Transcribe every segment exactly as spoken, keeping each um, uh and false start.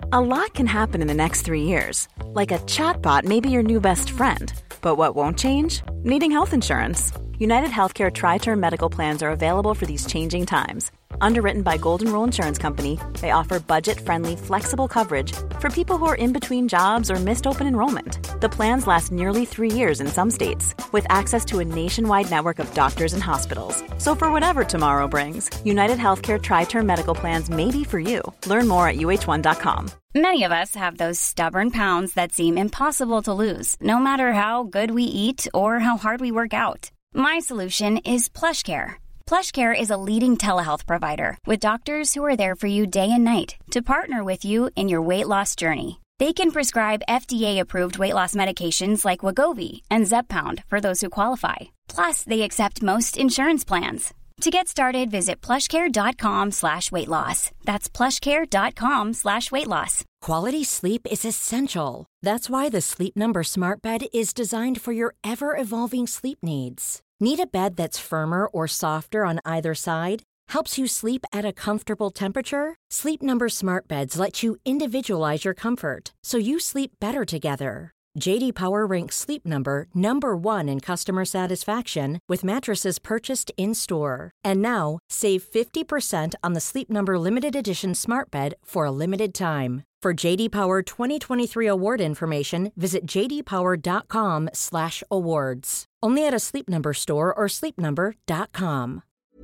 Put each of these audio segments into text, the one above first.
A lot can happen in the next three years. Like a chatbot may be your new best friend. But what won't change? Needing health insurance. United Healthcare Tri-Term Medical Plans are available for these changing times. Underwritten by Golden Rule Insurance Company, they offer budget-friendly, flexible coverage for people who are in between jobs or missed open enrollment. The plans last nearly three years in some states, with access to a nationwide network of doctors and hospitals. So for whatever tomorrow brings, United Healthcare Tri-Term Medical Plans may be for you. Learn more at U H one dot com. Many of us have those stubborn pounds that seem impossible to lose, no matter how good we eat or how hard we work out. My solution is PlushCare. PlushCare is a leading telehealth provider with doctors who are there for you day and night to partner with you in your weight loss journey. They can prescribe F D A-approved weight loss medications like Wegovy and Zepbound for those who qualify. Plus, they accept most insurance plans. To get started, visit plushcare.com slash weight loss. That's plushcare.com slash weight loss. Quality sleep is essential. That's why the Sleep Number Smart Bed is designed for your ever-evolving sleep needs. Need a bed that's firmer or softer on either side? Helps you sleep at a comfortable temperature? Sleep Number Smart Beds let you individualize your comfort, so you sleep better together. J D Power ranks Sleep Number number one in customer satisfaction with mattresses purchased in-store. And now, save fifty percent on the Sleep Number Limited Edition Smart Bed for a limited time. For J D Power twenty twenty-three award information, visit j d power dot com slash awards. Only at a Sleep Number store or sleep number dot com.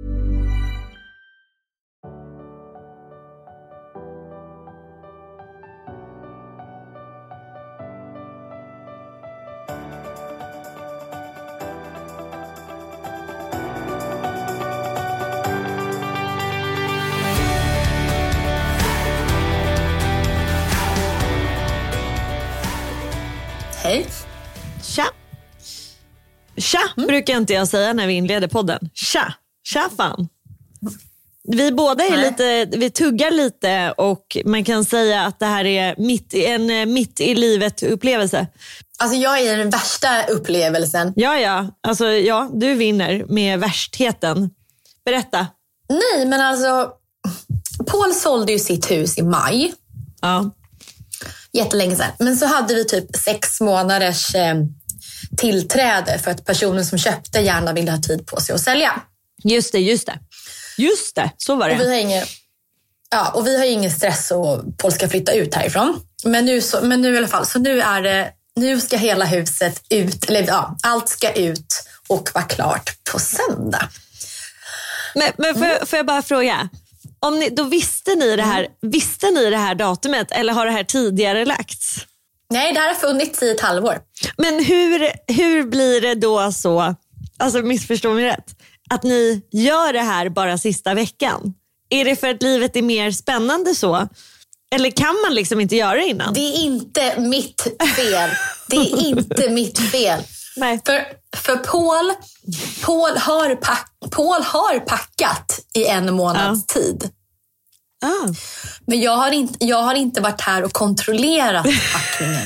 Hej. Tja. Tja, mm. brukar inte jag säga när vi inleder podden. Tja, tja fan. Vi båda är Nej. lite, vi tuggar lite och man kan säga att det här är mitt, en mitt i livet upplevelse. Alltså jag är den värsta upplevelsen. Ja, ja. Alltså ja, du vinner med värstheten. Berätta. Nej, men alltså Paul sålde ju sitt hus i maj. Ja. Jättelänge sedan. Men så hade vi typ sex månaders eh, tillträde för att personen som köpte gärna ville ha tid på sig att sälja. Just det, just det. Just det, så var det. Och vi har ingen, ja, och vi har ingen stress och Paul ska flytta ut härifrån. Men nu, så, men nu i alla fall, så nu är det, nu ska hela huset ut, eller ja, allt ska ut och vara klart på söndag. Men, men får, jag, får jag bara fråga? Om ni, då visste ni det här, mm. visste ni det här datumet eller har det här tidigare lagts? Nej, det här har funnits i ett halvår. Men hur, hur blir det då så, alltså missförstå mig rätt, att ni gör det här bara sista veckan? Är det för att livet är mer spännande så? Eller kan man liksom inte göra det innan? Det är inte mitt fel. Det är inte mitt fel. Nej. För, för Paul, Paul, har pack, Paul har packat i en månads ja. tid. Ah. Men jag har, inte, jag har inte varit här och kontrollerat packningen.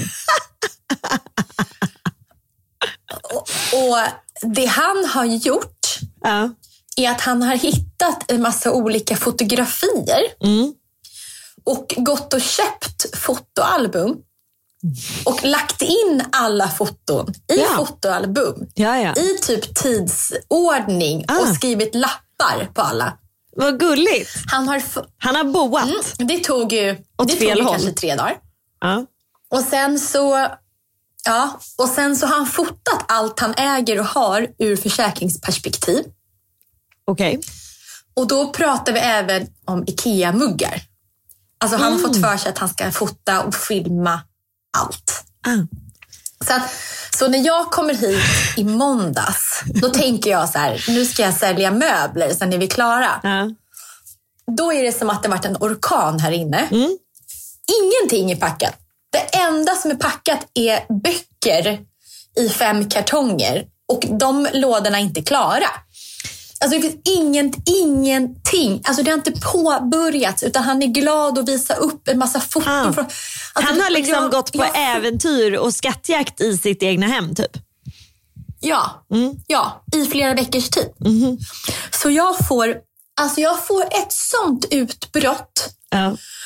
och, och det han har gjort ja. är att han har hittat en massa olika fotografier mm. och gått och köpt fotoalbum och lagt in alla foton i ja. fotoalbum ja, ja. i typ tidsordning ah. och skrivit lappar på alla. Vad gulligt. Han har, f- han har boat. Mm, det tog ju, det tog ju kanske tre dagar. Ja. Och sen så ja, och sen så har han fotat allt han äger och har ur försäkringsperspektiv. Okej. Okay. Och då pratar vi även om IKEA-muggar. Alltså han har mm. fått för sig att han ska fota och filma allt. Mm. Så, att, så när jag kommer hit i måndags, då tänker jag så här, nu ska jag sälja möbler, sen är vi klara. Mm. Då är det som att det varit en orkan här inne. Mm. Ingenting är packat. Det enda som är packat är böcker i fem kartonger. Och de lådorna är inte klara. Alltså det finns ingen, ingenting. Alltså det har inte påbörjats. Utan han är glad att visa upp en massa foton. Ah. Från, alltså han har liksom jag, gått på jag, äventyr och skattjakt i sitt egna hem typ. Ja, mm. ja, i flera veckors tid. Mm. Så jag får, alltså jag får ett sånt utbrott. Ja.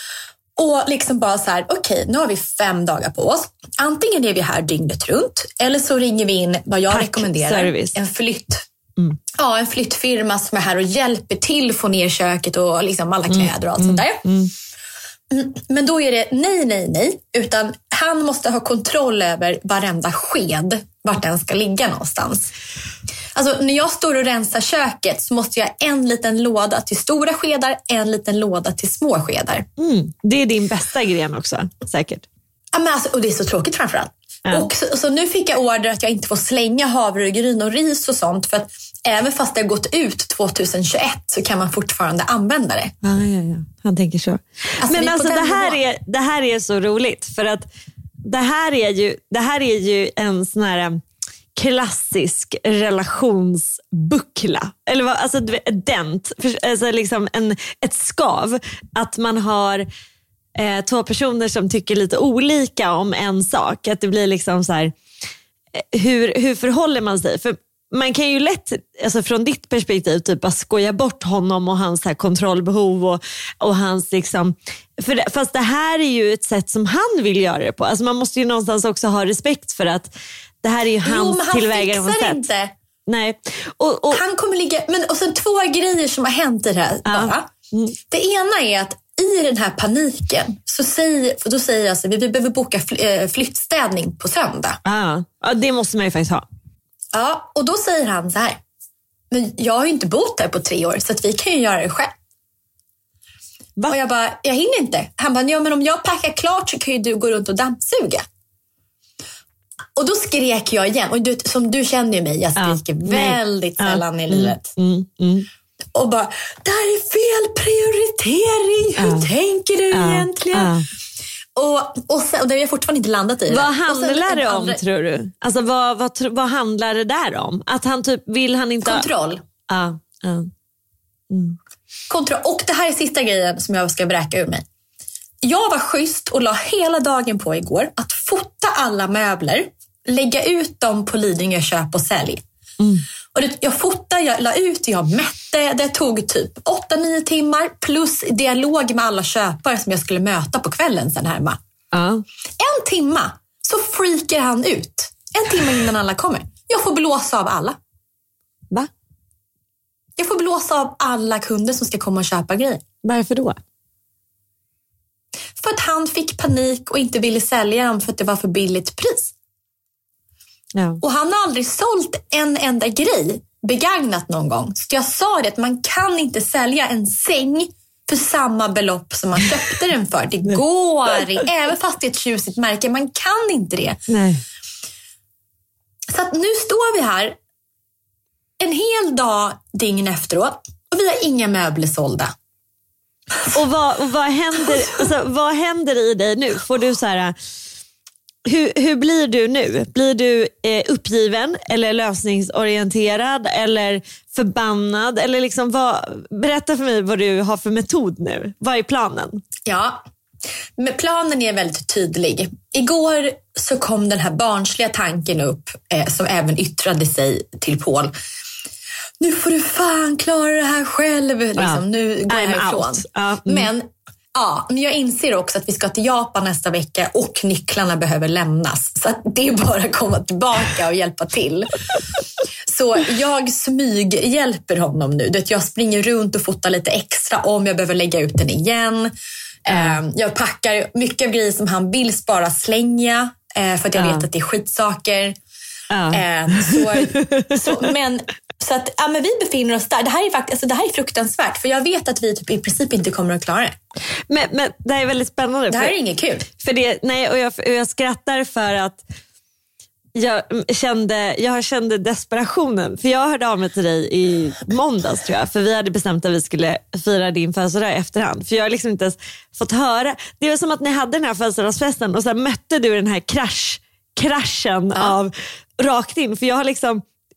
Och liksom bara så här, okej, okay, nu har vi fem dagar på oss. Antingen är vi här dygnet runt, eller så ringer vi in vad jag Tack, rekommenderar. service. En flytt. Mm. Ja, en flyttfirma som är här och hjälper till få ner köket och liksom alla kläder och allt mm. sånt där. Mm. Mm. Men då är det nej, nej, nej. Utan han måste ha kontroll över varenda sked, vart den ska ligga någonstans. Alltså när jag står och rensar köket så måste jag ha en liten låda till stora skedar, en liten låda till små skedar. Mm. Det är din bästa gren också, säkert. Ja, men alltså, och det är så tråkigt framförallt. Ja. Och så, så nu fick jag order att jag inte får slänga havregryn och ris och sånt. För att även fast det har gått ut tjugohundratjugoett så kan man fortfarande använda det. Ja, ja, ja. Han tänker så. Alltså, men alltså det här, är, det här är så roligt. För att det här är ju, det här är ju en sån här klassisk relationsbuckla. Eller vad, alltså dent. Alltså liksom en, ett skav. Att man har eh, två personer som tycker lite olika om en sak. Att det blir liksom så här, hur, hur förhåller man sig? För man kan ju lätt, alltså från ditt perspektiv, typ bara skoja bort honom och hans här kontrollbehov och, och hans liksom, för det, fast det här är ju ett sätt som han vill göra det på. Alltså man måste ju någonstans också ha respekt för att det här är ju hans jo, men han tillvägagångssätt. fixar inte. Nej. Och, och, han kommer ligga, men och sen två grejer som har hänt i det här ja. bara. Mm. Det ena är att i den här paniken så säger, för då säger jag så vi behöver boka flyttstädning på söndag. Ja. Ja, det måste man ju faktiskt ha. Ja, och då säger han så här, men jag har ju inte bott här på tre år så att vi kan ju göra det själv. Va? Och jag bara, jag hinner inte. Han bara, ja men om jag packar klart så kan ju du gå runt och dammsuga. Och då skrek jag igen. Och du, som du känner ju mig, jag skriker ja, väldigt nej. sällan ja, i livet. Mm, mm, mm. Och bara, det här är fel prioritering. Hur ja, tänker du ja, egentligen? Ja. Och, och, sen, och det har jag fortfarande inte landat i det. Vad handlar det om andra... tror du? Alltså vad, vad, vad handlar det där om? Att han typ, vill han inte... Kontroll. Ja, ja. Mm. Kontroll. Och det här är sista grejen som jag ska bräka ur mig. Jag var schysst och la hela dagen på igår att fota alla möbler. Lägga ut dem på Lidingö köp och sälj. Mm. Och det, jag fotade, jag la ut, jag mätte. Det tog typ åtta nio timmar plus dialog med alla köpare som jag skulle möta på kvällen sen hemma. Uh. En timma så freakar han ut. En timme innan alla kommer. Jag får blåsa av alla. Va? Jag får blåsa av alla kunder som ska komma och köpa grejer. Varför då? För att han fick panik och inte ville sälja dem för att det var för billigt pris. Ja. Och han har aldrig sålt en enda grej begagnat någon gång. Så jag sa det att man kan inte sälja en säng för samma belopp som man köpte den för. Det går inte, även fast det är ett tjusigt märke. Man kan inte det. Nej. Så att nu står vi här en hel dag dygn efteråt och vi har inga möbler sålda. Och vad, och vad, händer, alltså, vad händer i dig nu? Får du så här... Hur, hur blir du nu? Blir du eh, uppgiven eller lösningsorienterad eller förbannad? Eller liksom vad, berätta för mig vad du har för metod nu. Vad är planen? Ja, men planen är väldigt tydlig. Igår så kom den här barnsliga tanken upp eh, som även yttrade sig till Paul. Nu får du fan klara det här själv. Liksom. Ja. Nu går jag härifrån. Ja. Mm. Men... Ja, men jag inser också att vi ska till Japan nästa vecka och nycklarna behöver lämnas. Så att det är bara att komma tillbaka och hjälpa till. Så jag smyg hjälper honom nu. Jag springer runt och fotar lite extra om jag behöver lägga ut den igen. Mm. Jag packar mycket av grejer som han vill spara slänga. För att jag vet mm. att det är skitsaker. Mm. Så, så, men... Så att, ja, men vi befinner oss där. Det här är faktiskt, alltså, det här är fruktansvärt. För jag vet att vi typ i princip inte kommer att klara det. Men, men det här är väldigt spännande. Det här för, är inget kul. För det, nej, och jag, och jag skrattar för att jag kände, jag kände desperationen. För jag hörde av mig till dig i måndags tror jag. För vi hade bestämt att vi skulle fira din födelsedag i efterhand. För jag har liksom inte ens fått höra. Det var som att ni hade den här födelsedagsfesten och så mötte du den här krasch, kraschen ja. av rakt in. För jag har liksom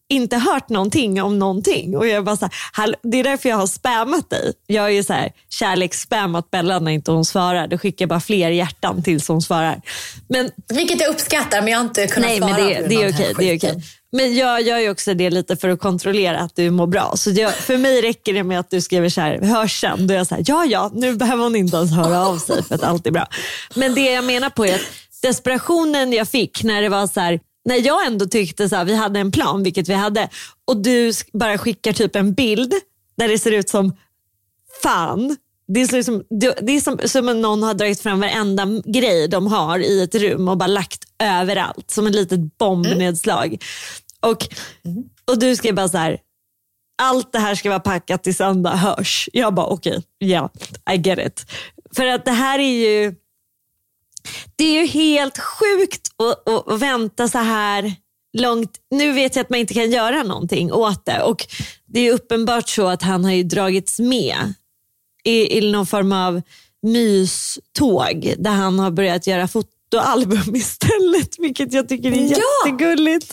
inte hört någonting om någonting. Och jag bara så här, det är därför jag har spammat dig. Jag är ju så här, kärleksspammat Bella när inte hon svarar. Då skickar jag bara fler hjärtan tills hon svarar. Men, vilket jag uppskattar, men jag har inte kunnat nej, svara. Nej, men det, det är okej. Det är okej. Men jag gör ju också det lite för att kontrollera att du mår bra. Så jag, för mig räcker det med att du skriver så här, hörs sen. Då är jag så här, ja, ja, nu behöver hon inte ens höra av sig för att allt är bra. Men det jag menar på är att desperationen jag fick när det var så här, när jag ändå tyckte så här, vi hade en plan, vilket vi hade, och du bara skickar typ en bild där det ser ut som fan. Det är, liksom, det är som, som om någon har dragit fram varenda grej de har i ett rum och bara lagt överallt som ett litet bombnedslag. Mm. Och, och du ska bara så här, allt det här ska vara packat till söndag, hörs. Jag bara okej, okay, ja, yeah, I get it. För att det här är ju, det är ju helt sjukt att, att, att vänta så här långt. Nu vet jag att man inte kan göra någonting åt det. Och det är uppenbart så att han har ju dragits med i, i någon form av myståg där han har börjat göra fotoalbum istället. Vilket jag tycker är ja. jättegulligt.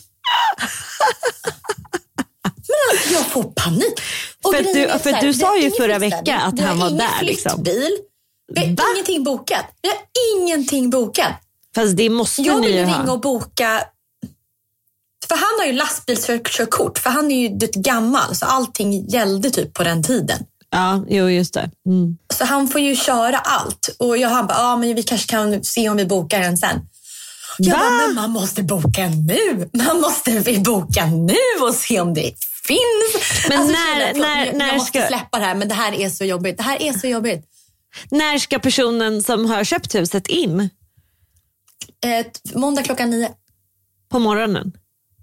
Men alltså, jag får panik. Och för att du, för här, du sa ju förra veckan att han var där. Flyttbil. Vi har Va? ingenting bokat. Vi har ingenting bokat. Fast det måste jag ni ju ha. Jag vill ringa och boka. För han har ju lastbilskörkort. För han är ju det gammal. Så allting gällde typ på den tiden. Ja, jo just det. Mm. Så han får ju köra allt. Och jag han bara, ja men vi kanske kan se om vi bokar den sen. Jag bara, men man måste boka nu. Man måste vi boka nu och se om det finns. Men alltså, när, jag, när, jag, när jag måste ska... släppa det här, men det här är så jobbigt. Det här är så jobbigt. När ska personen som har köpt huset in? Eh, måndag klockan nio. På morgonen?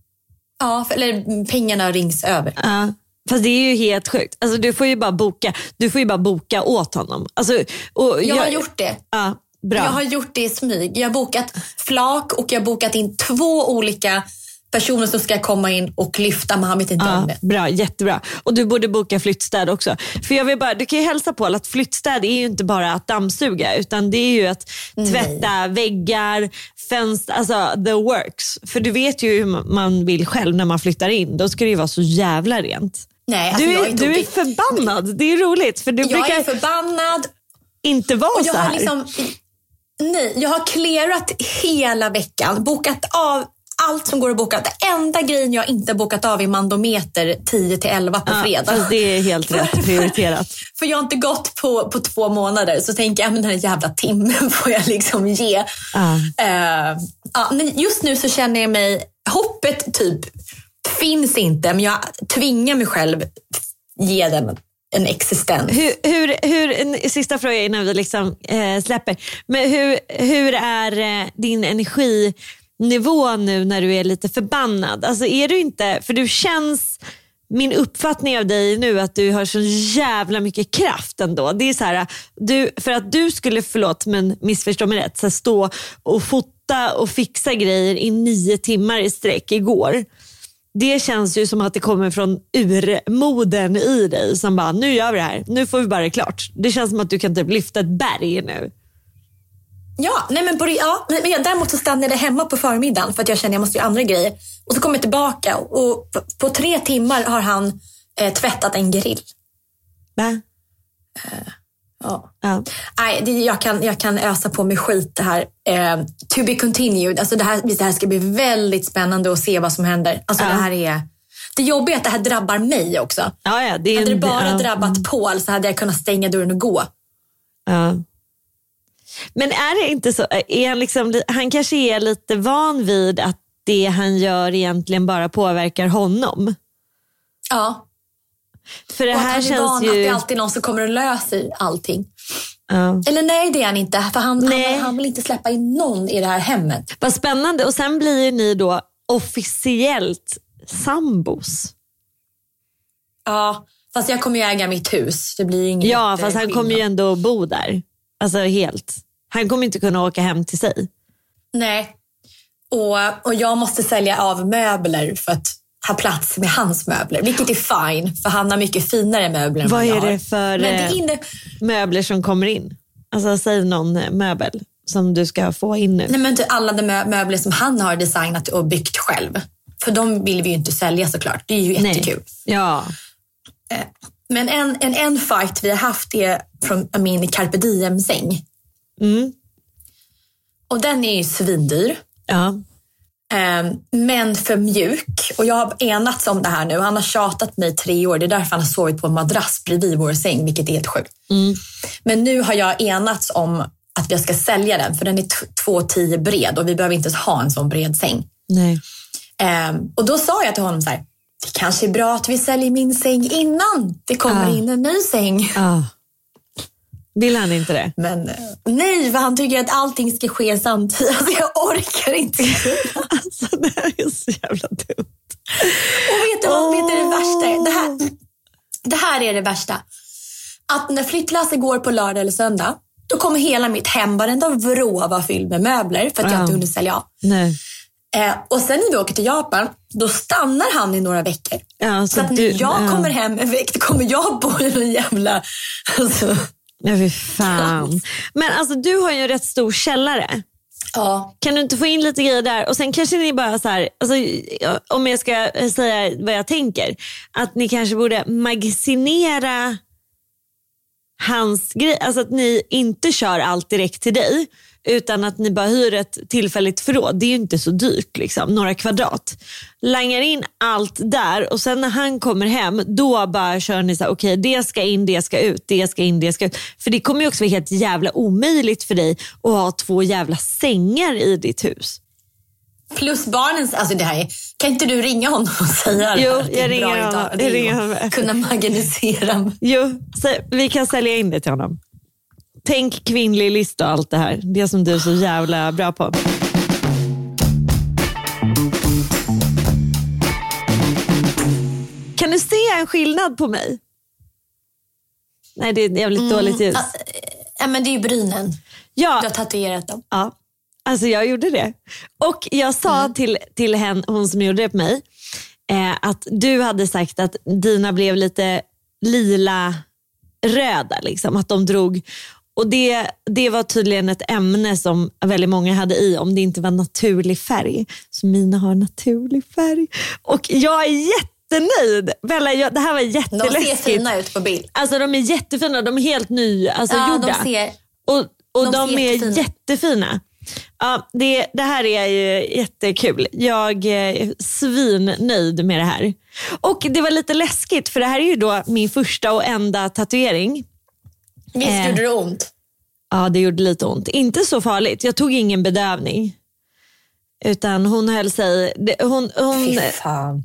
Ja, för, eller pengarna rings över. Ja. Fast det är ju helt sjukt. Alltså, du får ju bara boka. Du får ju bara boka åt honom. Alltså, och jag, jag har gjort det. Ja, bra. Jag har gjort det i smyg. Jag har bokat flak och jag har bokat in två olika personer som ska komma in och lyfta, men han vet inte ja, om det. Bra, jättebra. Och du borde boka flyttstäd också. För jag vill bara, du kan ju hälsa på att flyttstäd är ju inte bara att dammsuga, utan det är ju att tvätta Nej. väggar, fönster, alltså the works. För du vet ju hur man vill själv när man flyttar in. Då ska det ju vara så jävla rent. Nej, alltså du är, jag är, du är förbannad. Det är roligt. För du jag brukar är förbannad. Inte vara och jag så här. Har liksom, nej, jag har clearat hela veckan. Bokat av allt som går att boka. Det enda grejen jag inte bokat av är mandometer tio till elva på ja, fredag. Fast det är helt rätt prioriterat. För jag har inte gått på, på två månader. Så tänker jag, men den här jävla timmen får jag liksom ge. Ja. Uh, ja, men just nu så känner jag mig, hoppet typ finns inte. Men jag tvingar mig själv ge den en existens. Hur, hur, hur, en sista fråga innan vi liksom, eh, släpper. Men hur, hur är eh, din energinivå nu när du är lite förbannad? Alltså är du inte, för du känns, min uppfattning av dig nu att du har så jävla mycket kraft ändå. Det är så här, du, för att du skulle, förlåt men missförstå mig rätt, så här, stå och fota och fixa grejer i nio timmar i sträck igår. Det känns ju som att det kommer från urmoden i dig som bara, nu gör vi det här. Nu får vi bara det klart. Det känns som att du kan typ lyfta ett berg nu. Ja, nej men, på, ja, men jag, däremot så stannade jag hemma på förmiddagen för att jag känner att jag måste göra andra grejer. Och så kom jag tillbaka och på, på tre timmar har han eh, tvättat en grill. Va? Uh, ja. Ja. Nej, det, jag, kan, jag kan ösa på med skit det här. Uh, to be continued. Alltså det här, det här ska bli väldigt spännande att se vad som händer. Alltså ja. det här är... Det jobbiga är att det här drabbar mig också. Ja, ja, det är hade en, det bara ja. drabbat Paul så hade jag kunnat stänga dörren och gå. Ja. Men är det inte så, är han, liksom, han kanske är lite van vid att det han gör egentligen bara påverkar honom. Ja. För det och här han är känns van ju... att det är alltid någon som kommer att lösa allting. Ja. Eller nej, det är han inte. För han, han, han vill inte släppa in någon i det här hemmet. Vad spännande. Och sen blir ni då officiellt sambos. Ja, fast jag kommer ju äga mitt hus. Det blir inget. Ja, fast han kommer ju ändå bo där. Alltså helt. Han kommer inte kunna åka hem till sig. Nej. Och, och jag måste sälja av möbler för att ha plats med hans möbler. Vilket är fine, för han har mycket finare möbler än vad jag är har. det för Men det är inne... möbler som kommer in? Alltså säg någon möbel som du ska få in nu. Nej, men alla de mö- möbler som han har designat och byggt själv. För de vill vi ju inte sälja såklart. Det är ju jättekul. Nej. Ja. Men en, en, en fight vi har haft är från min Carpe Diem-säng. Mm. Och den är ju svindyr. Ja. Um, men för mjuk. Och jag har enats om det här nu. Han har tjatat mig i tre år. Det är därför han har sovit på en madrass bredvid vår säng, vilket är helt sjukt. Mm. Men nu har jag enats om att jag ska sälja den. För den är två tio bred och vi behöver inte ha en sån bred säng. Nej. Um, och då sa jag till honom så här: det kanske är bra att vi säljer min säng innan det kommer ah. in en ny säng. Ah. Vill han inte det? Men nej, för han tycker att allting ska ske samtidigt. Alltså jag orkar inte. Alltså det här är så jävla dumt. Och vet du vad oh. vet du det värsta? Det här, det här är det värsta. Att när flyttlasset går på lördag eller söndag, då kommer hela mitt hem varenda vrå vara fylld med möbler för att jag inte hunnit sälja av. Nej. Eh, och sen när vi åker till Japan, då stannar han i några veckor. Ja, så så att när du, jag ja. kommer hem en vecka, då kommer jag bo i någon jävla... Alltså. Ja, fy fan. Men alltså du har ju en rätt stor källare. Ja. Kan du inte få in lite grejer där? Och sen kanske ni bara så här, alltså, om jag ska säga vad jag tänker, att ni kanske borde magasinera hans grej. Alltså att ni inte kör allt direkt till dig, utan att ni bara hyr ett tillfälligt förråd. Det är ju inte så dyrt liksom, några kvadrat. Langar in allt där och sen när han kommer hem, då bara kör ni så här: okej, okay, det ska in, det ska ut, det ska in, det ska ut. För det kommer ju också vara helt jävla omöjligt för dig att ha två jävla sängar i ditt hus. Plus barnens, alltså det här är, kan inte du ringa honom och säga det? Jo, här? Det jag ringer bra honom. Idag. Jag ringer honom. Kunna marginalisera. Jo, så vi kan sälja in det till honom. Tänk kvinnlig list och allt det här. Det som du är så jävla bra på. Kan du se en skillnad på mig? Nej, det är jävligt mm, dåligt ljus. Ja, men det är ju brynen. Ja. Du har tatuerat dem. Ja, alltså jag gjorde det. Och jag sa mm. till, till henne, hon som gjorde det på mig, eh, att du hade sagt att dina blev lite lila röda, liksom, att de drog. Och det, det var tydligen ett ämne som väldigt många hade i, om det inte var naturlig färg. Så mina har naturlig färg. Och jag är jättenöjd. Bella, jag, det här var jätteläskigt. De ser fina ut på bild. Alltså de är jättefina, de är helt nya, alltså ja, gjorda. De ser, och och de, de är jättefina. jättefina. Ja, det, det här är ju jättekul. Jag är svinnöjd med det här. Och det var lite läskigt, för det här är ju då min första och enda tatuering. Visst eh, gjorde det ont? Ja, det gjorde lite ont. Inte så farligt. Jag tog ingen bedövning. Utan hon höll sig... Hon, hon... Fy fan.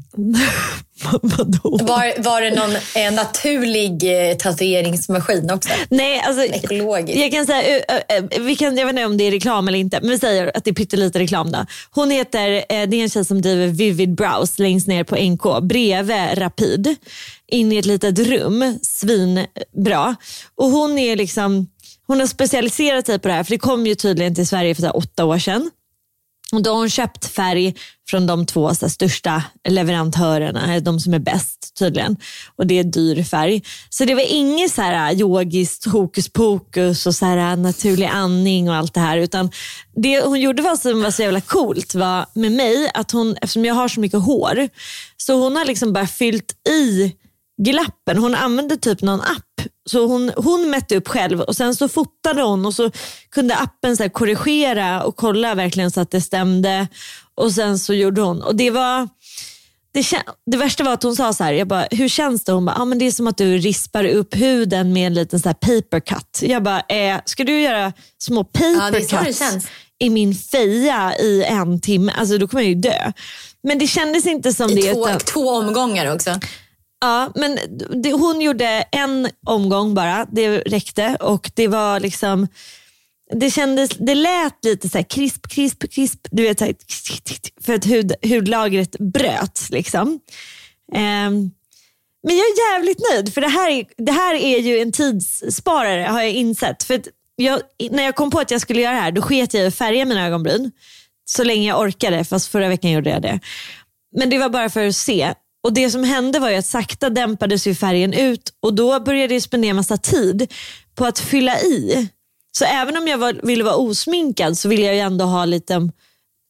Vadå? Var, var det någon eh, naturlig eh, tatueringsmaskin också? Nej, alltså... Ekologisk. Jag kan säga... Vi kan, jag vet inte om det är reklam eller inte. Men vi säger att det är pyttelite reklam då. Hon heter... Det är en tjej som driver Vivid Brows längst ner på N K. Bredvid Rapid. In i ett litet rum. Svinbra. Och hon är liksom... Hon har specialiserat sig på det här. För det kom ju tydligen till Sverige för så här, åtta år sedan. Och då har hon köpt färg från de två så här, största leverantörerna. De som är bäst tydligen. Och det är dyr färg. Så det var inget så här yogiskt hokus pokus och så här naturlig andning och allt det här. Utan det hon gjorde var som var så jävla coolt var med mig. Att hon, eftersom jag har så mycket hår. Så hon har liksom bara fyllt i glappen. Hon använde typ någon app. Så hon, hon mätte upp själv och sen så fotade hon och så kunde appen så här korrigera och kolla verkligen så att det stämde. Och sen så gjorde hon. Och det var... Det, det värsta var att hon sa så här, jag bara, hur känns det? Hon bara, ah, men det är som att du rispar upp huden med en liten så här paper cut. Jag bara, eh, ska du göra små paper ja, cuts i min feja i en timme? Alltså då kommer jag ju dö. Men det kändes inte som I det. Två, utan... två omgångar också. Ja, men det, hon gjorde en omgång bara, det räckte och det var liksom, det kändes, det lät lite så här krisp, krisp, krisp, du vet så här, för att hud, hudlagret bröt liksom. Um, men jag är jävligt nöjd, för det här, det här är ju en tidssparare har jag insett. För att jag, när jag kom på att jag skulle göra det här, då sket jag i att färga mina ögonbryn så länge jag orkade, fast förra veckan gjorde jag det. Men det var bara för att se. Och det som hände var ju att sakta dämpades ju färgen ut och då började jag spendera massa tid på att fylla i. Så även om jag var, ville vara osminkad så ville jag ju ändå ha lite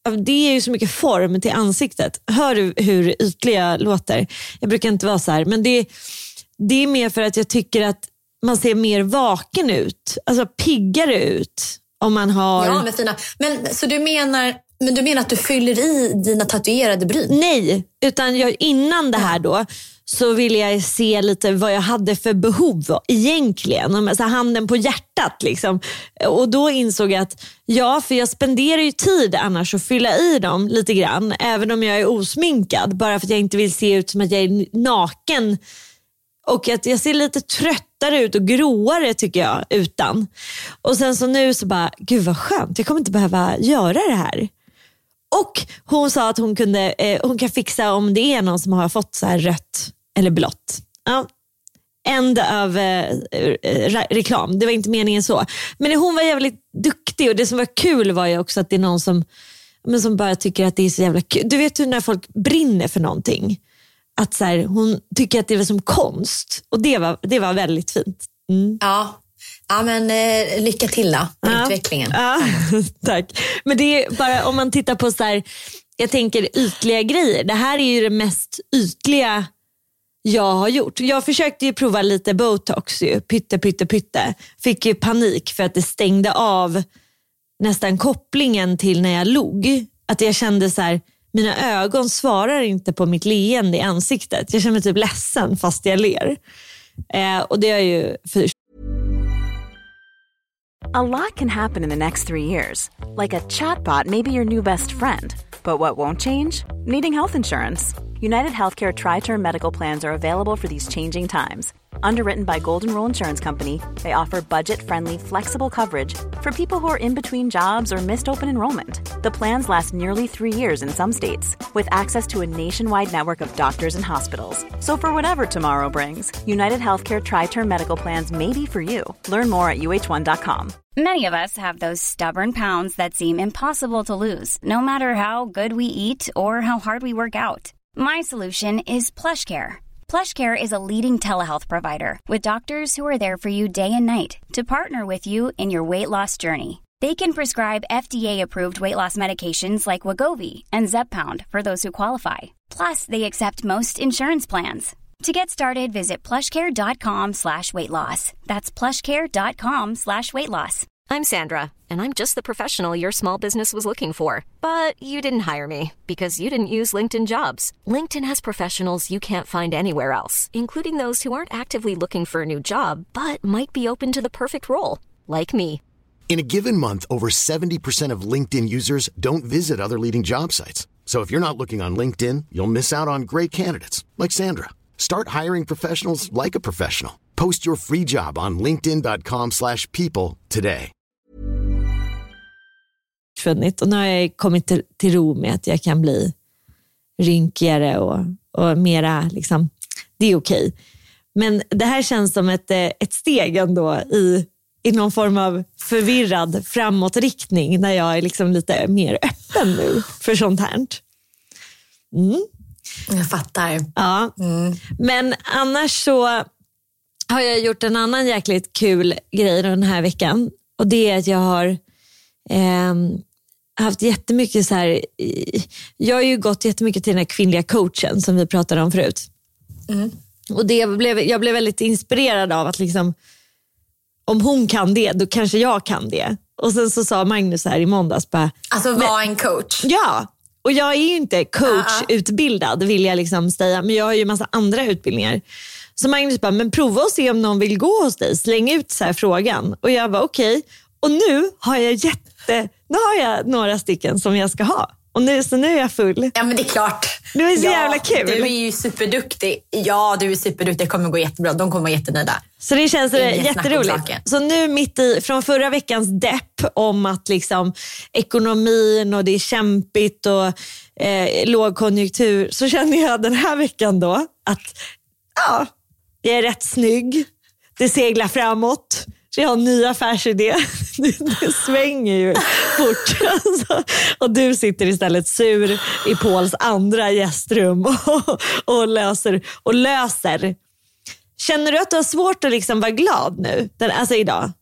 det är ju så mycket form till ansiktet. Hör du hur ytlig jag låter? Jag brukar inte vara så här, men det, det är mer för att jag tycker att man ser mer vaken ut, alltså piggare ut om man har... Ja, men fina. Men, så du menar, men du menar att du fyller i dina tatuerade bryn? Nej, utan jag, innan det här då så ville jag se lite vad jag hade för behov egentligen. Alltså handen på hjärtat liksom. Och då insåg jag att ja, för jag spenderar ju tid annars att fylla i dem lite grann. Även om jag är osminkad. Bara för att jag inte vill se ut som att jag är naken. Och att jag ser lite tröttare ut och gråare tycker jag utan. Och sen så nu så bara, gud vad skönt. Jag kommer inte behöva göra det här. Och hon sa att hon, kunde, eh, hon kan fixa om det är någon som har fått så här rött eller blått. Ja. End av eh, re- reklam. Det var inte meningen så. Men hon var jävligt duktig och det som var kul var ju också att det är någon som, men som bara tycker att det är så jävla kul. Du vet hur när folk brinner för någonting. Att så här, hon tycker att det var som konst. Och det var, det var väldigt fint. Mm. Ja. Ja, men eh, lycka till då med ja. utvecklingen. Ja, tack. Men det är bara om man tittar på så här, jag tänker ytliga grejer. Det här är ju det mest ytliga jag har gjort. Jag försökte ju prova lite botox ju, pytte, pytte, pytte. Fick ju panik för att det stängde av nästan kopplingen till när jag log. Att jag kände så här, mina ögon svarar inte på mitt leende i ansiktet. Jag känner mig typ ledsen fast jag ler. Eh, och det är ju för A lot can happen in the next three years. Like a chatbot may be your new best friend. But what won't change? Needing health insurance. United Healthcare Tri-Term Medical Plans are available for these changing times. Underwritten by Golden Rule Insurance Company, they offer budget-friendly, flexible coverage for people who are in between jobs or missed open enrollment. The plans last nearly three years in some states, with access to a nationwide network of doctors and hospitals. So for whatever tomorrow brings, United Healthcare Tri-Term Medical Plans may be for you. Learn more at U H one dot com. Many of us have those stubborn pounds that seem impossible to lose, no matter how good we eat or how hard we work out. My solution is PlushCare. PlushCare is a leading telehealth provider with doctors who are there for you day and night to partner with you in your weight loss journey. They can prescribe F D A-approved weight loss medications like Wegovy and Zepbound for those who qualify. Plus, they accept most insurance plans. To get started, visit plushcare.com slash weight loss. That's plushcare.com slash weight loss. I'm Sandra, and I'm just the professional your small business was looking for. But you didn't hire me because you didn't use LinkedIn Jobs. LinkedIn has professionals you can't find anywhere else, including those who aren't actively looking for a new job, but might be open to the perfect role, like me. In a given month, over seventy percent of LinkedIn users don't visit other leading job sites. So if you're not looking on LinkedIn, you'll miss out on great candidates, like Sandra. Start hiring professionals like a professional. Post your free job on linkedin.com slash people today. Och nu har jag kommit till, till ro med att jag kan bli rynkigare och, och mera liksom, det är okej. Men det här känns som ett, ett steg ändå i, i någon form av förvirrad framåtriktning när jag är liksom lite mer öppen nu för sånt här. Mm. Jag fattar. Ja. Mm. Men annars så har jag gjort en annan jäkligt kul grej den här veckan. Och det är att jag har eh, haft jättemycket så här. Jag har ju gått jättemycket till den här kvinnliga coachen som vi pratade om förut. Mm. Och det blev, jag blev väldigt inspirerad av att liksom, om hon kan det, då kanske jag kan det. Och sen så sa Magnus här i måndags bara, alltså var en coach. Ja. Och jag är ju inte coachutbildad vill jag liksom säga. Men jag har ju en massa andra utbildningar. Så Magnus bara, men prova och se om någon vill gå hos dig. Släng ut så här frågan. Och jag bara okej. Okay. Och nu har jag jätte, nu har jag några stycken som jag ska ha. Och nu, så nu är jag full. Ja men det är klart. Det är så ja, jävla kul. Du är ju superduktig. Ja du är superduktig, det kommer gå jättebra. De kommer vara jättenöjda. Så det känns det jätteroligt. Så nu mitt i, från förra veckans depp om att liksom ekonomin och det är kämpigt och eh, lågkonjunktur, så känner jag den här veckan då att ja, jag är rätt snygg. Det seglar framåt. Så jag har en ny affärsidé. Det, det svänger ju fort. Alltså. Och du sitter istället sur i Pauls andra gästrum och, och, löser, och löser. Känner du att du har svårt att liksom vara glad nu? Den, alltså idag?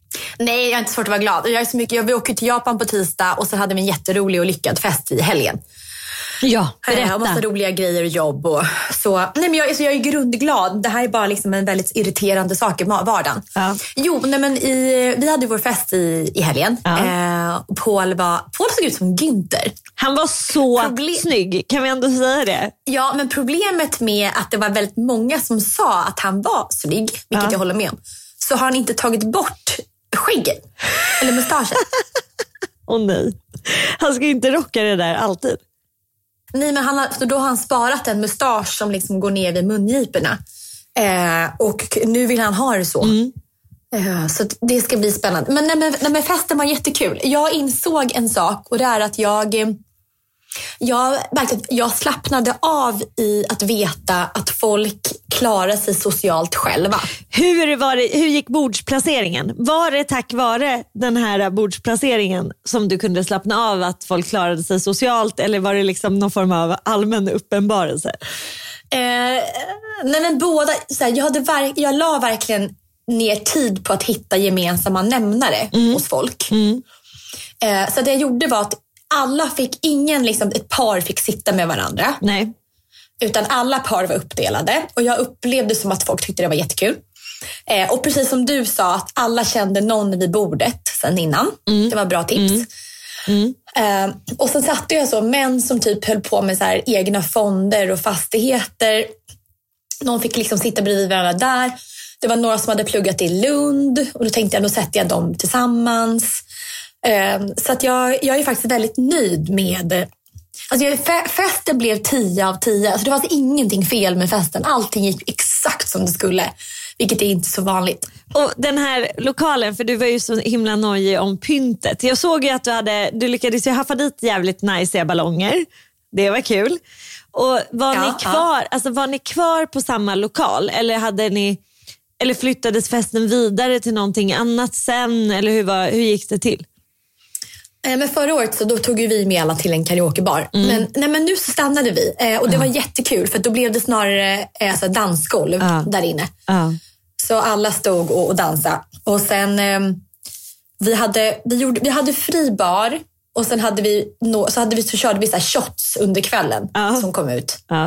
Nej, jag är inte svårt att vara glad. Jag är så mycket, jag, vi åker till Japan på tisdag och sen hade vi en jätterolig och lyckad fest i helgen. Ja, berätta. Jag har massa roliga grejer och jobb. Och så. Nej, men jag, så jag är grundglad. Det här är bara liksom en väldigt irriterande sak i vardagen. Ja. Jo, nej, men i, vi hade vår fest i, i helgen. Ja. Eh, Paul, var, Paul såg ut som Günther. Han var så Problem... snygg, kan vi ändå säga det? Ja, men problemet med att det var väldigt många som sa att han var snygg, vilket ja. jag håller med om, så har han inte tagit bort skägget eller mustaschen. Åh oh, nej, han ska inte rocka det där alltid. Nej, men han har, då har han sparat en mustasch som liksom går ner vid mungiporna. Eh, och nu vill han ha det så. Mm. Eh, så det ska bli spännande. Men, nej, men, nej, men festen var jättekul. Jag insåg en sak, och det är att jag, jag, jag slappnade av i att veta att folk klarar sig socialt själva. Hur, var det, hur gick bordsplaceringen? Var det tack vare den här bordsplaceringen som du kunde slappna av att folk klarade sig socialt, eller var det liksom någon form av allmän uppenbarelse? Eh, nej men båda, så här, jag, hade verk, jag la verkligen ner tid på att hitta gemensamma nämnare mm. hos folk. Mm. Eh, så det jag gjorde var att alla fick, ingen liksom, ett par fick sitta med varandra. Nej. Utan alla par var uppdelade. Och jag upplevde som att folk tyckte det var jättekul. Eh, och precis som du sa, att alla kände någon vid bordet sen innan. Mm. Det var bra tips. Mm. Mm. Eh, och sen satte jag så män som typ höll på med så här egna fonder och fastigheter. Någon fick liksom sitta bredvid varandra där. Det var några som hade pluggat i Lund. Och då tänkte jag, då sätter jag dem tillsammans. Eh, så att jag, jag är faktiskt väldigt nöjd med... Alltså jag, festen blev tio av tio. Alltså det var alltså ingenting fel med festen. Allting gick exakt som det skulle. Vilket är inte så vanligt. Och den här lokalen, för du var ju så himla nojig om pyntet. Jag såg ju att du hade, du lyckades ju haffa dit jävligt nice ballonger. Det var kul. Och var ja, ni kvar, ja. alltså var ni kvar på samma lokal? Eller hade ni, eller flyttades festen vidare till någonting annat sen? Eller hur, var, hur gick det till? Men förra året så då tog ju vi med alla till en karaokebar. Mm. Men, nej, men nu så stannade vi. Eh, och det uh. var jättekul, för då blev det snarare eh, alltså dansgolv uh. där inne. Uh. Så alla stod och, och dansade. Och sen eh, vi, hade, vi, gjorde, vi hade fri bar. Och sen hade vi, no, så, hade vi, så körde vi så här shots under kvällen uh. som kom ut. Uh.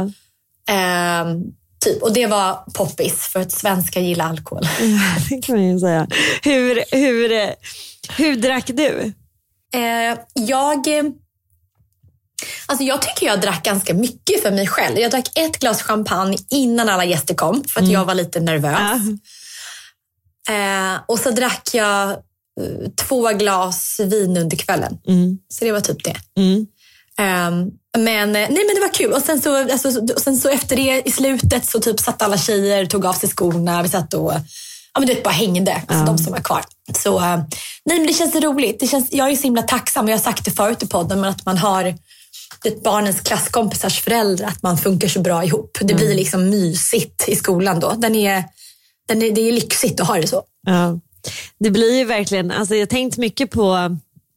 Eh, typ. Och det var poppis, för att svenskar gillar alkohol. Det kan man ju säga. Hur, hur, hur drack du? Eh, jag, alltså jag tycker jag drack ganska mycket för mig själv. Jag drack ett glas champagne innan alla gäster kom, för att mm. jag var lite nervös. Ja. Eh, och så drack jag eh, två glas vin under kvällen. Mm. Så det var typ det. Mm. Eh, men, nej, men det var kul. Och sen så, alltså, sen så efter det i slutet så typ satt alla tjejer, tog av sig skorna. Vi satt och ja, men det bara hängde, alltså mm. de som var kvar. Så uh, nej, men det känns roligt. Det känns, jag är så himla tacksam, och jag har sagt det förut i podden, men att man har ett barnens klasskompisars föräldrar, att man funkar så bra ihop. Det mm. blir liksom mysigt i skolan då. Den är, den är, det är lyxigt att ha det så. Ja, det blir ju verkligen, alltså jag tänkte mycket på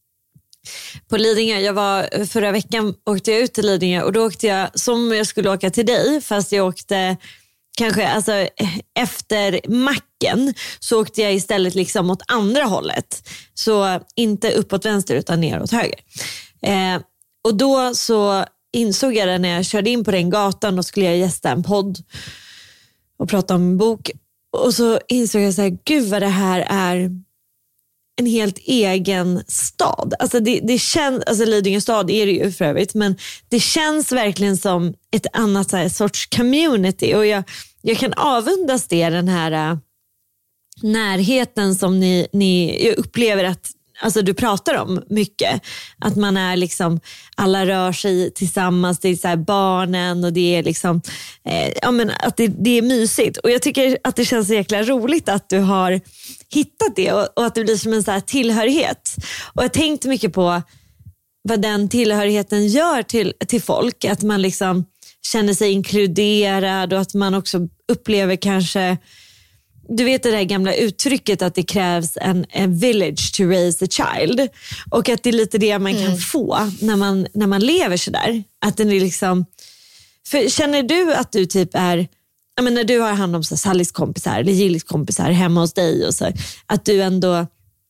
på Lidingö. Jag var, förra veckan åkte jag ut till Lidingö, och då åkte jag som jag skulle åka till dig, fast jag åkte kanske alltså efter macken, så åkte jag istället liksom åt andra hållet. Så inte uppåt vänster utan neråt höger. Eh, och då så insåg jag det när jag körde in på den gatan och skulle jag gästa en podd och prata om en bok. Och så insåg jag så här, gud vad det här är en helt egen stad. Alltså det, det känns, alltså Lidingö stad är det ju för övrigt, men det känns verkligen som ett annat så här sorts community, och jag, jag kan avundas det, den här äh, närheten som ni, ni upplever att alltså du pratar om mycket, att man är liksom, alla rör sig tillsammans, det är så här barnen, och det är liksom eh, ja, men att det, det är mysigt, och jag tycker att det känns så jäkla roligt att du har hittat det, och, och att det blir som en så här tillhörighet. Och jag tänkte mycket på vad den tillhörigheten gör till, till folk, att man liksom känner sig inkluderad, och att man också upplever kanske, du vet det där gamla uttrycket att det krävs en, en village to raise a child, och att det är lite det man mm. kan få när man, när man lever så där. Att den är liksom, för känner du att du typ är, jag menar, när du har hand om så Sallys kompisar eller Gillis kompisar hemma hos dig, och så, att du ändå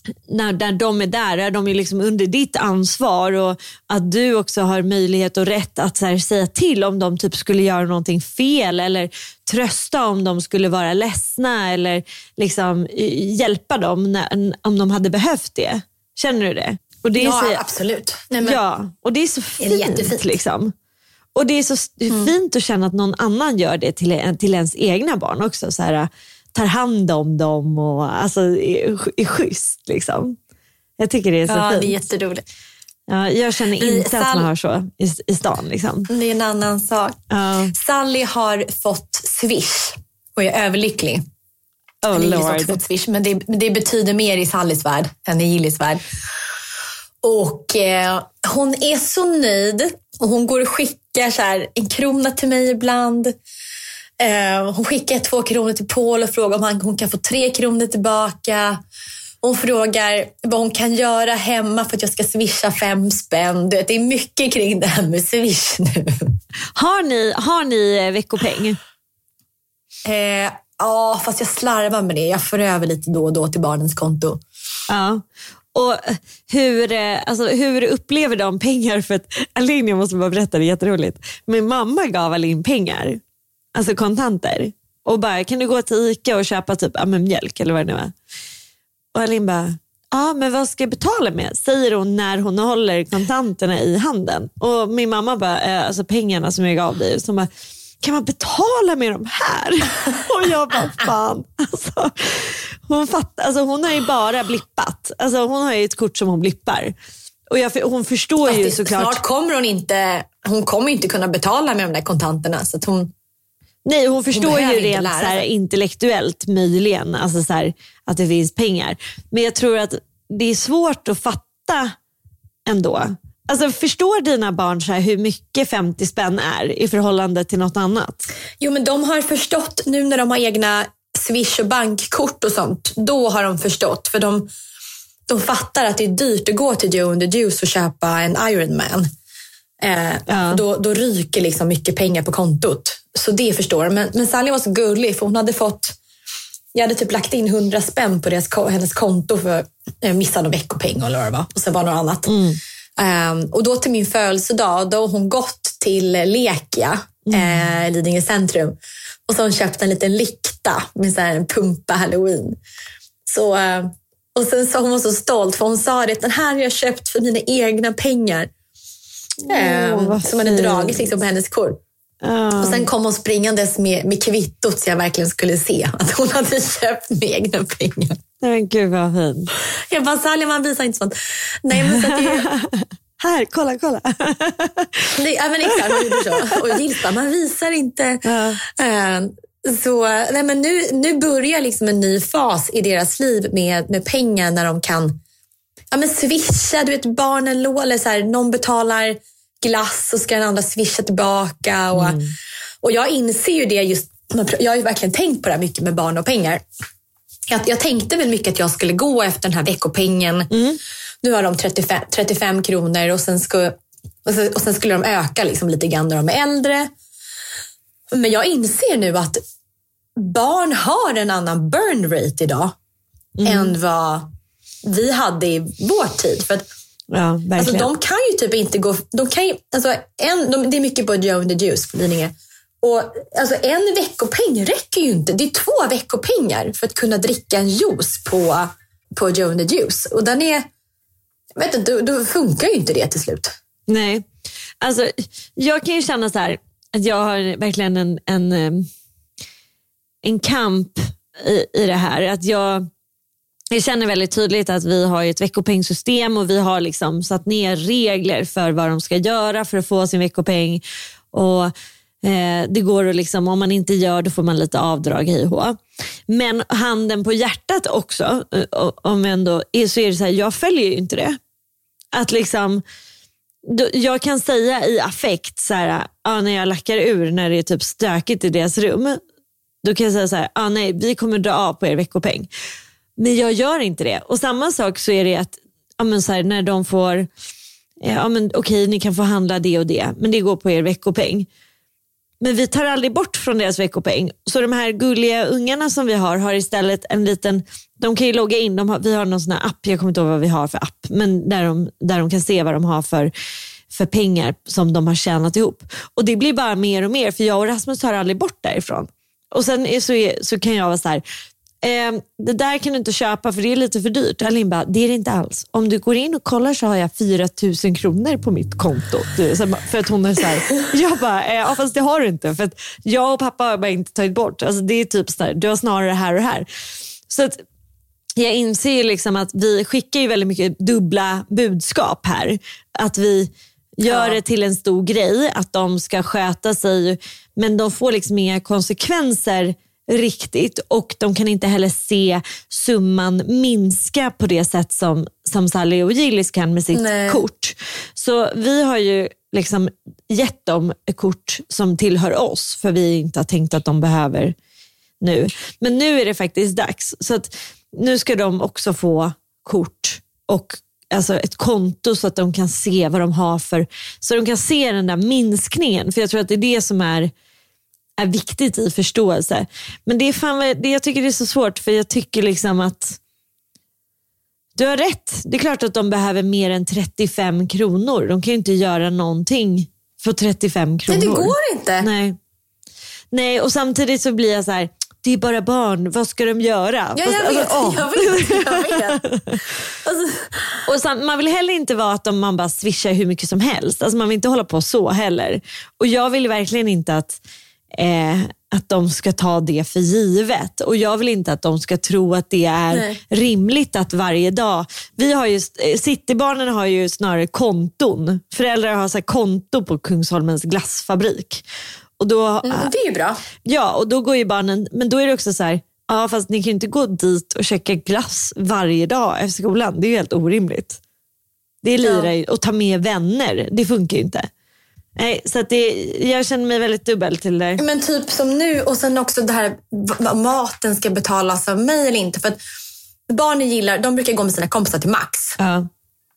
när, när de är där är de ju liksom under ditt ansvar, och att du också har möjlighet och rätt att så här, säga till om de typ skulle göra någonting fel, eller trösta om de skulle vara ledsna, eller liksom hjälpa dem när, om de hade behövt det. Känner du det? Och det är ja, så, absolut. Nej, men, ja, och det är så fint. Är det jättefint? Liksom. Och det är så mm. fint att känna att någon annan gör det till, till ens egna barn också. Så här, tar hand om dem och alltså, är, är schysst. Liksom. Jag tycker det är så ja, fint. Ja, det är jätteroligt. Ja, jag känner inte Sall- att man har så i, i stan. Liksom. Det är en annan sak. Ja. Sally har fått Swish och är överlycklig. Oh, Gillis Lord. också fått Swish, men det, det betyder mer i Sallys värld än i Gillis värld. Och eh, hon är så nöjd. Och hon går och skickar så här, en krona till mig ibland. Eh, hon skickar två kronor till Paul och frågar om han, hon kan få tre kronor tillbaka. Hon frågar vad hon kan göra hemma för att jag ska swisha fem spänn. Det är mycket kring det här med Swish nu. Har ni, har ni veckopeng? Eh, ja, fast jag slarvar med det. Jag får över lite då och då till barnens konto. Ja. Och hur, alltså, hur upplever de pengar? För att Aline, jag måste bara berätta, det är jätteroligt. Min mamma gav Aline pengar, alltså kontanter. Och bara, kan du gå till Ica och köpa typ ja, men mjölk eller vad det nu är? Och Aline bara, ja men vad ska jag betala med? Säger hon när hon håller kontanterna i handen. Och min mamma bara, alltså pengarna som jag gav dig. Så hon bara, kan man betala med de här? Och jag bara, fan. Alltså, hon, fatt, alltså, hon har ju bara blippat. Alltså, hon har ju ett kort som hon blippar. Och jag, hon förstår ju såklart. Snart kommer hon inte, hon kommer inte kunna betala med de där kontanterna. Så att hon, nej, hon förstår hon ju rent så här, intellektuellt möjligen. Alltså, så här, att det finns pengar. Men jag tror att det är svårt att fatta ändå. Alltså förstår dina barn så här hur mycket femtio spänn är i förhållande till något annat? Jo, men de har förstått nu när de har egna Swish och bankkort och sånt. Då har de förstått. För de, de fattar att det är dyrt att gå till Joe and the Juice och köpa en Ironman. Eh, ja. då, då ryker liksom mycket pengar på kontot. Så det förstår. Men, men Sally var så gullig för hon hade fått... Jag hade typ lagt in hundra spänn på deras, hennes konto för jag missade en veckopeng eller vad det var. Och sen var det något annat. Mm. Um, och då till min födelsedag, då har hon gått till Lekia, mm. eh, Lidingö centrum. Och så har hon köpt en liten lykta med så här en pumpa Halloween. Så, uh, och sen så hon var så stolt för hon sa det, den här har jag köpt för mina egna pengar. Um, oh, som hade dragit liksom på hennes kort. Oh. Och sen kom hon springandes med, med kvittot så jag verkligen skulle se att hon hade köpt med egna pengar. Men gud vad fint. Jag bara, Sally, man visar inte sånt. Nej, men så att det... Här, kolla, kolla. Det, ja, men exakt, man gjorde så. Och Gilsta, man visar inte. Ja. Uh, så, nej, men nu, nu börjar liksom en ny fas i deras liv med, med pengar när de kan ja, men swisha, du vet, barnen låter så här, någon betalar glass och ska den andra swisha tillbaka. Och, mm. och jag inser ju det just, jag har ju verkligen tänkt på det här mycket med barn och pengar. Jag, jag tänkte väl mycket att jag skulle gå efter den här veckopengen. Mm. Nu har de trettiofem, trettiofem kronor och sen, ska, och, sen, och sen skulle de öka liksom lite grann när de är äldre. Men jag inser nu att barn har en annan burn rate idag mm. än vad vi hade i vår tid. För att ja, alltså, de kan ju typ inte gå... De kan ju, alltså, en, de, det är mycket på Joe and the Juice på Lidingö. Och alltså en veckopeng räcker ju inte. Det är två veckopengar för att kunna dricka en juice på, på Joe and the Juice. Och den är... Jag vet inte, då, då funkar ju inte det till slut. Nej. Alltså, jag kan ju känna så här att jag har verkligen en, en, en kamp i, i det här. Att jag, jag känner väldigt tydligt att vi har ett veckopengsystem och vi har liksom satt ner regler för vad de ska göra för att få sin veckopeng. Och eh, det går att liksom, om man inte gör då får man lite avdrag hej och. Men handen på hjärtat också, om ändå är, så är det så här, jag följer ju inte det. Att liksom, jag kan säga i affekt så här, ja, när jag lackar ur när det är typ stökigt i deras rum, då kan jag säga så här, ja, nej, vi kommer dra av på er veckopeng. Men jag gör inte det. Och samma sak så är det att ja, men så här, när de får, ja, men okej, ni kan få handla det och det, men det går på er veckopeng. Men vi tar aldrig bort från deras veckopeng. Så de här gulliga ungarna som vi har har istället en liten, de kan ju logga in, de har, vi har någon sån här app, jag kommer inte ihåg vad vi har för app, men där de, där de kan se vad de har för, för pengar som de har tjänat ihop. Och det blir bara mer och mer, för jag och Rasmus tar aldrig bort därifrån. Och sen är, så, är, så kan jag vara så här, eh, det där kan du inte köpa för det är lite för dyrt. Alin bara, det är det inte alls. Om du går in och kollar så har jag fyra tusen kronor på mitt konto. Du, så, för att hon är så här, jag bara, eh, ja fast det har du inte. För att jag och pappa har bara inte tagit bort. Alltså det är typ så här, du har snarare här och här. Så att jag inser liksom att vi skickar ju väldigt mycket dubbla budskap här. Att vi gör det till en stor grej att de ska sköta sig, men de får liksom inga konsekvenser riktigt, och de kan inte heller se summan minska på det sätt som, som Sally och Gillis kan med sitt Nej. kort. Så vi har ju liksom gett dem ett kort som tillhör oss, för vi inte har tänkt att de behöver nu. Men nu är det faktiskt dags, så att nu ska de också få kort och alltså ett konto så att de kan se vad de har för, så de kan se den där minskningen, för jag tror att det är det som är är viktigt i förståelse. Men det är fan, det jag tycker det är så svårt, för jag tycker liksom att du har rätt. Det är klart att de behöver mer än trettiofem kronor. De kan ju inte göra någonting för trettiofem kronor. Nej, det går inte. Nej. Nej, och samtidigt så blir jag så här, det är bara barn, vad ska de göra? Ja, jag vet, alltså, jag vet, jag vet. Alltså. Och så, man vill heller inte vara att de, man bara swishar hur mycket som helst. Alltså man vill inte hålla på så heller. Och jag vill verkligen inte att Eh, att de ska ta det för givet, och jag vill inte att de ska tro att det är Nej. rimligt att varje dag, vi har ju, Citybarnen har ju snarare konton, föräldrar har så här konto på Kungsholmens glassfabrik, och då, mm, det är ju bra. Ja, och då går ju barnen, men då är det också så här, ja fast ni kan ju inte gå dit och käka glass varje dag efter skolan, det är ju helt orimligt. Det är lira ja. och ta med vänner, det funkar ju inte. Nej, så att det, jag känner mig väldigt dubbel till det. Men typ som nu, och sen också det här vad maten ska betalas av mig eller inte. För att barnen gillar, de brukar gå med sina kompisar till Max. Ja.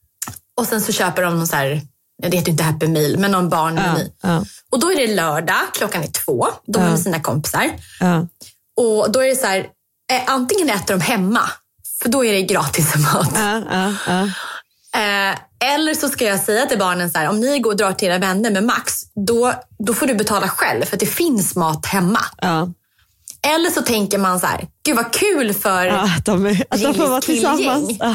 Och sen så köper de någon så här, det heter inte Happy Meal, men någon barnmeny. Ja. Ja. Och då är det lördag, klockan är två. De är ja. med sina kompisar. Ja. Och då är det så här, eh, antingen äter de hemma, för då är det gratis mat. Ja, ja, ja. Eh, eller så ska jag säga till barnen så här, om ni går och drar till era vänner med Max, då, då får du betala själv, för att det finns mat hemma. Ja. Eller så tänker man så här, gud vad kul för ja, att de, att de får vara tillsammans. Ja.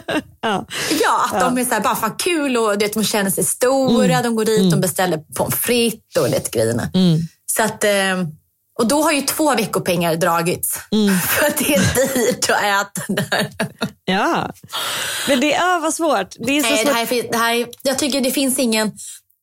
ja. ja, att ja. de är så här, bara fan kul, och det, de känner sig stora, mm. de går dit, mm. de beställer pommes frites och lite grejerna. Mm. Så att, och då har ju två veckopengar dragits. Mm. För att det är dyrt att äta där. Ja, men det är vad svårt. Det är så Nej, svårt. Det här, det här, jag tycker det finns ingen...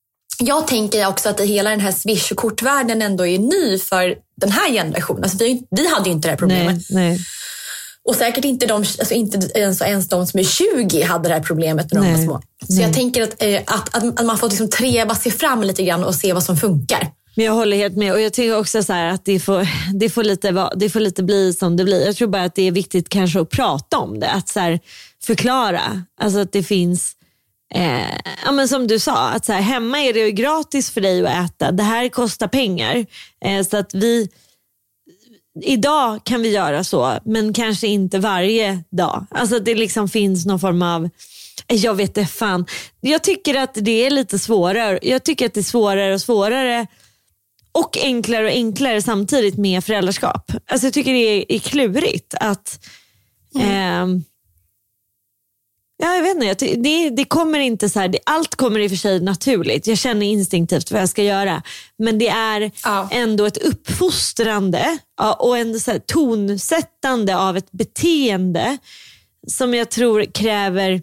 Jag tänker också att hela den här Swish- och kortvärlden ändå är ny för den här generationen. Alltså vi, vi hade ju inte det här problemet. Nej, nej. Och säkert inte, de, alltså inte ens, ens de som är tjugo hade det här problemet när de var små. Så nej. jag tänker att, att, att, att man får liksom treva sig fram lite grann och se vad som funkar. Men jag håller helt med, och jag tycker också så här att det får, det, får lite, det får lite bli som det blir. Jag tror bara att det är viktigt kanske att prata om det, att så här förklara. Alltså att det finns, eh, ja men som du sa, att så här, hemma är det ju gratis för dig att äta. Det här kostar pengar. Eh, så att vi, idag kan vi göra så, men kanske inte varje dag. Alltså att det liksom finns någon form av, jag vet det fan. Jag tycker att det är lite svårare. Jag tycker att det är svårare och svårare och enklare och enklare samtidigt med föräldraskap. Alltså jag tycker det är, är klurigt att mm. eh, ja, jag vet inte, jag ty- det, det kommer inte så här, det, allt kommer i och för sig naturligt. Jag känner instinktivt vad jag ska göra, men det är ja. ändå ett uppfostrande ja, och en så här, tonsättande av ett beteende som jag tror kräver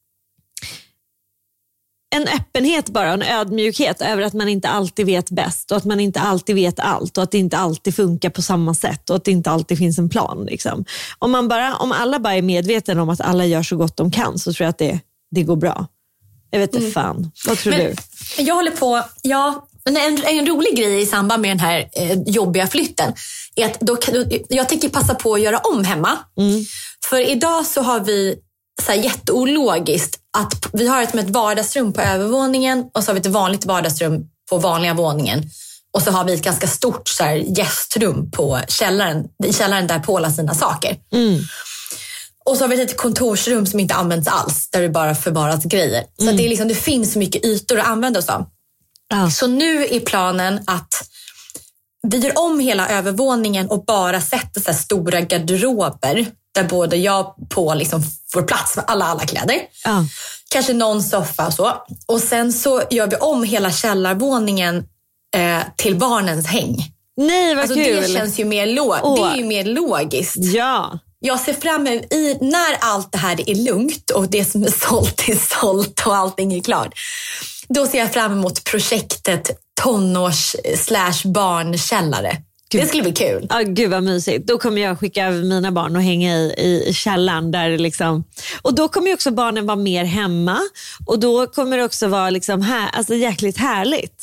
en öppenhet bara, en ödmjukhet över att man inte alltid vet bäst, och att man inte alltid vet allt, och att det inte alltid funkar på samma sätt, och att det inte alltid finns en plan. Liksom. Om, man bara, om alla bara är medvetna om att alla gör så gott de kan, så tror jag att det, det går bra. Jag vet inte mm. fan. Vad tror Men, du? Jag håller på, ja, en, en rolig grej i samband med den här eh, jobbiga flytten är att då, jag tänker passa på att göra om hemma. Mm. För idag så har vi så här jätteologiskt att vi har ett, med ett vardagsrum på övervåningen, och så har vi ett vanligt vardagsrum på vanliga våningen. Och så har vi ett ganska stort så här, gästrum på källaren, i källaren där Paul har sina saker. Mm. Och så har vi ett kontorsrum som inte används alls, där det bara förvaras grejer. Mm. Så att det, är liksom, det finns så mycket ytor att använda oss av. Ah. Så nu är planen att vi gör om hela övervåningen och bara sätter så här stora garderober där både jag och Paul liksom får plats med alla, alla kläder. Ah. Kanske någon soffa och så. Och sen så gör vi om hela källarvåningen eh, till barnens häng. Nej, vad alltså, kul. Det känns ju mer, lo- oh. det är ju mer logiskt. Ja. Jag ser fram emot, i, när allt det här är lugnt och det som är sålt är sålt och allting är klart. Då ser jag fram emot projektet tonårs slash barnkällare. Gud. Det skulle bli kul. Ja, gud vad mysigt. Då kommer jag skicka över mina barn och hänga i, i, i källaren. Där liksom. Och då kommer ju också barnen vara mer hemma. Och då kommer det också vara liksom här, alltså jäkligt härligt.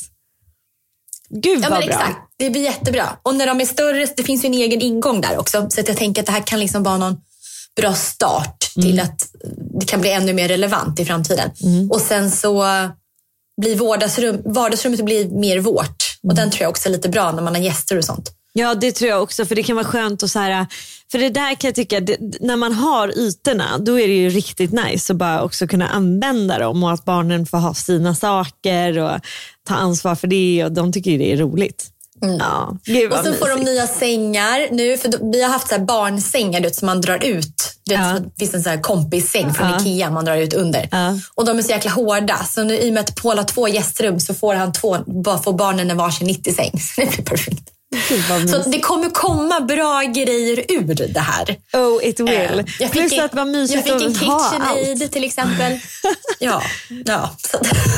Gud ja, vad men bra. Exakt. Det blir jättebra. Och när de är större, det finns ju en egen ingång där också. Så att jag tänker att det här kan liksom vara någon bra start till mm. att det kan bli ännu mer relevant i framtiden. Mm. Och sen så blir vardagsrum, vardagsrummet blir mer vårt. Mm. Och den tror jag också är lite bra när man har gäster och sånt. Ja, det tror jag också, för det kan vara skönt att så här, för det där kan jag tycka, det, när man har ytorna, då är det ju riktigt nice att bara också kunna använda dem och att barnen får ha sina saker och ta ansvar för det och de tycker ju det är roligt. Mm. Ja, och så får de nya sängar nu, för vi har haft så här barnsängar du vet, som man drar ut. Det ja. finns en så här kompissäng från ja. Ikea man drar ut under. Ja. Och de är så jäkla hårda. Så nu i och med att Paul har två gästrum så får han två, bara får barnen en varsin nittio-säng. Så det blir perfekt. Så det kommer komma bra grejer ur det här. Oh, it will. Uh, jag fick Plus en, att vara mysigt jag fick en KitchenAid till exempel. ja, ja. Så.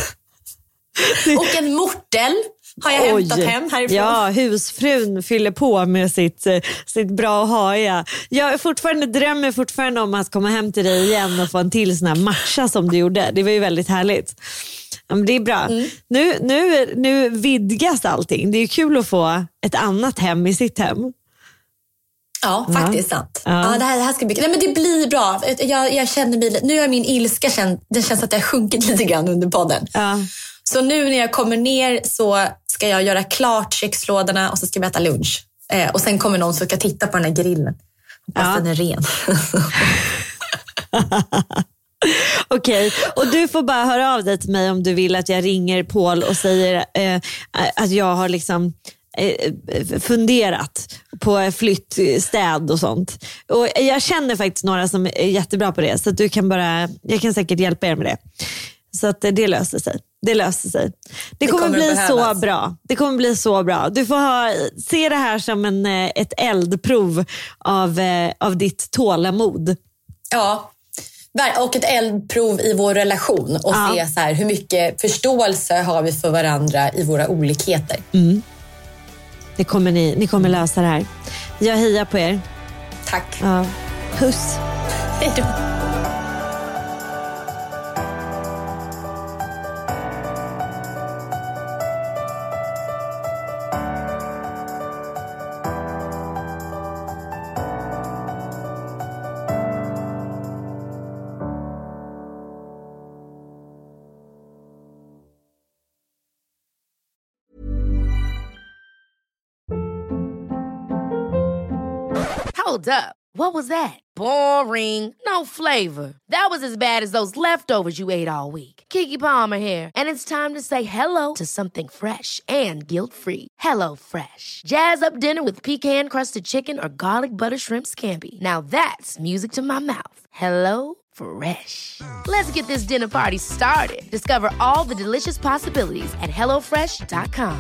Och en mortel har jag Oj. hämtat hem härifrån. Ja, husfrun fyller på med sitt, sitt bra haja. Jag fortfarande drömmer fortfarande om att komma hem till dig igen och få en till sån här matcha som du gjorde. Det var ju väldigt härligt. Ja, men det är bra. Mm. Nu, nu, nu vidgas allting. Det är kul att få ett annat hem i sitt hem. Ja, faktiskt ja. sant. Ja. Ja, det, här, det här ska bli... Nej, men det blir bra. Jag, jag känner mig... Nu är min ilska känd, det känns att jag har sjunkit lite grann under podden. Ja. Så nu när jag kommer ner så ska jag göra klart kökslådorna och så ska vi äta lunch. Eh, och sen kommer någon som ska titta på den här grillen. Hoppas ja. den är ren. Okej, okay. Och du får bara höra av dig till mig om du vill att jag ringer Paul och säger eh, att jag har liksom eh, funderat på flytt, städ och sånt. Och jag känner faktiskt några som är jättebra på det, så att du kan bara, jag kan säkert hjälpa er med det. Så att det löser sig. Det löser sig. Det, det kommer, kommer bli så bra. Det kommer bli så bra. Du får ha, se det här som en, ett eldprov av, av ditt tålamod. Ja, och ett eldprov i vår relation. Och ja. se så här, hur mycket förståelse har vi för varandra i våra olikheter. Mm. Det kommer ni, ni kommer lösa det här. Jag hejar på er. Tack. Ja. Puss. Hej då. Hold up. What was that? Boring. No flavor. That was as bad as those leftovers you ate all week. Keke Palmer here, and it's time to say hello to something fresh and guilt-free. Hello Fresh. Jazz up dinner with pecan-crusted chicken or garlic butter shrimp scampi. Now that's music to my mouth. Hello Fresh. Let's get this dinner party started. Discover all the delicious possibilities at hello fresh dot com.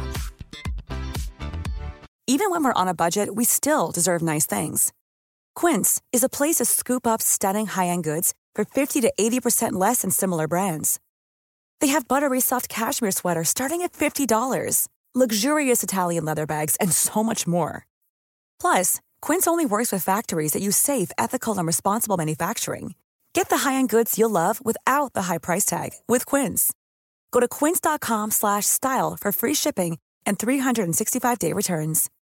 Even when we're on a budget, we still deserve nice things. Quince is a place to scoop up stunning high-end goods for fifty to eighty percent less than similar brands. They have buttery soft cashmere sweaters starting at fifty dollars, luxurious Italian leather bags, and so much more. Plus, Quince only works with factories that use safe, ethical, and responsible manufacturing. Get the high-end goods you'll love without the high price tag with Quince. Go to quince dot com slash style for free shipping and three sixty-five day returns.